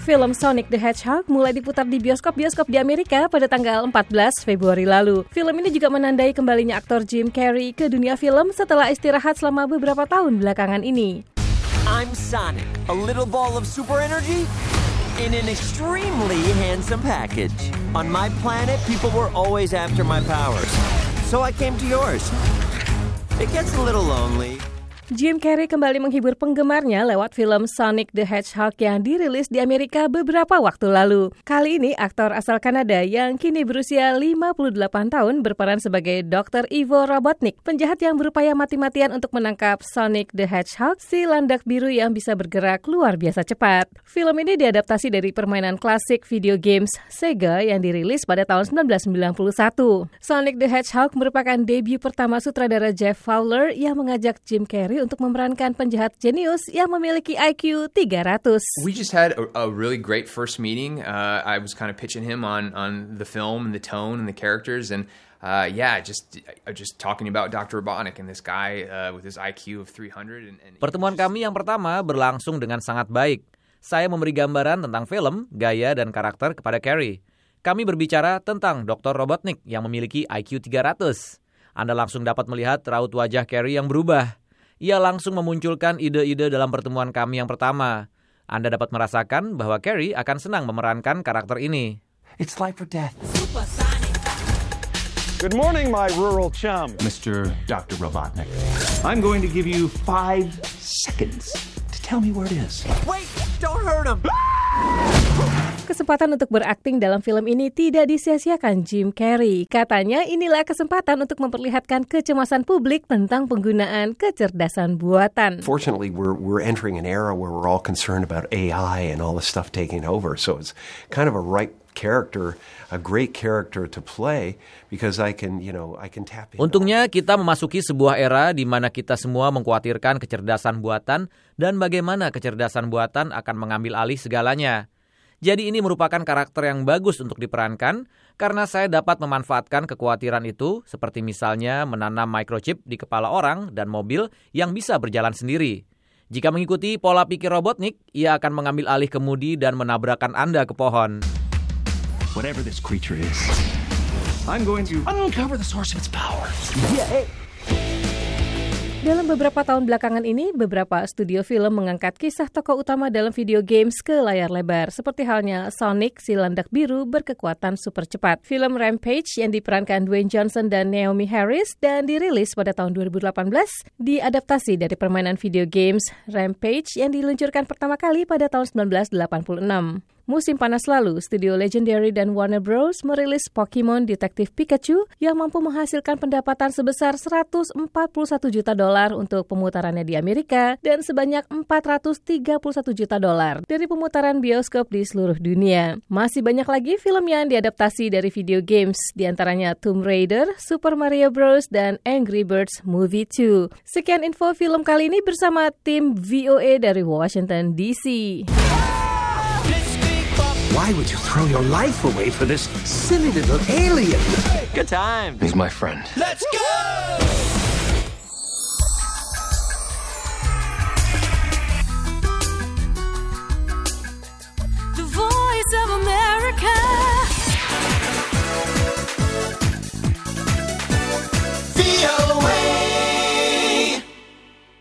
Film Sonic the Hedgehog mulai diputar di bioskop-bioskop di Amerika pada tanggal 14 Februari lalu. Film ini juga menandai kembalinya aktor Jim Carrey ke dunia film setelah istirahat selama beberapa tahun belakangan ini. I'm Sonic, a little ball of super energy in an extremely handsome package. On my planet, people were always after my powers, so I came to yours. It gets a little lonely. Jim Carrey kembali menghibur penggemarnya lewat film Sonic the Hedgehog yang dirilis di Amerika beberapa waktu lalu. Kali ini aktor asal Kanada yang kini berusia 58 tahun berperan sebagai Dr. Ivo Robotnik, penjahat yang berupaya mati-matian untuk menangkap Sonic the Hedgehog, si landak biru yang bisa bergerak luar biasa cepat. Film ini diadaptasi dari permainan klasik video games Sega yang dirilis pada tahun 1991. Sonic the Hedgehog merupakan debut pertama sutradara Jeff Fowler yang mengajak Jim Carrey untuk memerankan penjahat jenius yang memiliki IQ 300. We just had a really great first meeting. I was kind of pitching him on the film and the tone and the characters, and just talking about Dr. Robotnik and this guy with his IQ of 300. Pertemuan kami yang pertama berlangsung dengan sangat baik. Saya memberi gambaran tentang film, gaya, dan karakter kepada Carrey. Kami berbicara tentang Dr. Robotnik yang memiliki IQ 300. Anda langsung dapat melihat raut wajah Carrey yang berubah. Ia langsung memunculkan ide-ide dalam pertemuan kami yang pertama. Anda dapat merasakan bahwa Carrey akan senang memerankan karakter ini. It's life or death. Good morning, my rural chum. Mr. Dr. Robotnik. I'm going to give you 5 seconds to tell me where it is. Wait, don't hurt him. Kesempatan untuk berakting dalam film ini tidak disia-siakan Jim Carrey. Katanya inilah kesempatan untuk memperlihatkan kecemasan publik tentang penggunaan kecerdasan buatan. Fortunately, we're entering an era where we're all concerned about AI and all this stuff taking over. So it's kind of a right character, a great character to play because I can tap in. Untungnya kita memasuki sebuah era di mana kita semua mengkhawatirkan kecerdasan buatan dan bagaimana kecerdasan buatan akan mengambil alih segalanya. Jadi ini merupakan karakter yang bagus untuk diperankan karena saya dapat memanfaatkan kekhawatiran itu seperti misalnya menanam microchip di kepala orang dan mobil yang bisa berjalan sendiri. Jika mengikuti pola pikir Robotnik, ia akan mengambil alih kemudi dan menabrakkan Anda ke pohon. Whatever this creature is, I'm going to uncover the source of its power. Dalam beberapa tahun belakangan ini, beberapa studio film mengangkat kisah tokoh utama dalam video games ke layar lebar. Seperti halnya Sonic, si landak biru berkekuatan super cepat. Film Rampage yang diperankan Dwayne Johnson dan Naomi Harris dan dirilis pada tahun 2018, diadaptasi dari permainan video games Rampage yang diluncurkan pertama kali pada tahun 1986. Musim panas lalu, studio Legendary dan Warner Bros. Merilis Pokemon Detective Pikachu yang mampu menghasilkan pendapatan sebesar $141 juta untuk pemutarannya di Amerika dan sebanyak $431 juta dari pemutaran bioskop di seluruh dunia. Masih banyak lagi film yang diadaptasi dari video games, diantaranya Tomb Raider, Super Mario Bros. Dan Angry Birds Movie 2. Sekian info film kali ini bersama tim VOA dari Washington, D.C. Why would you throw your life away for this silly little alien? Good time. He's my friend. Let's go!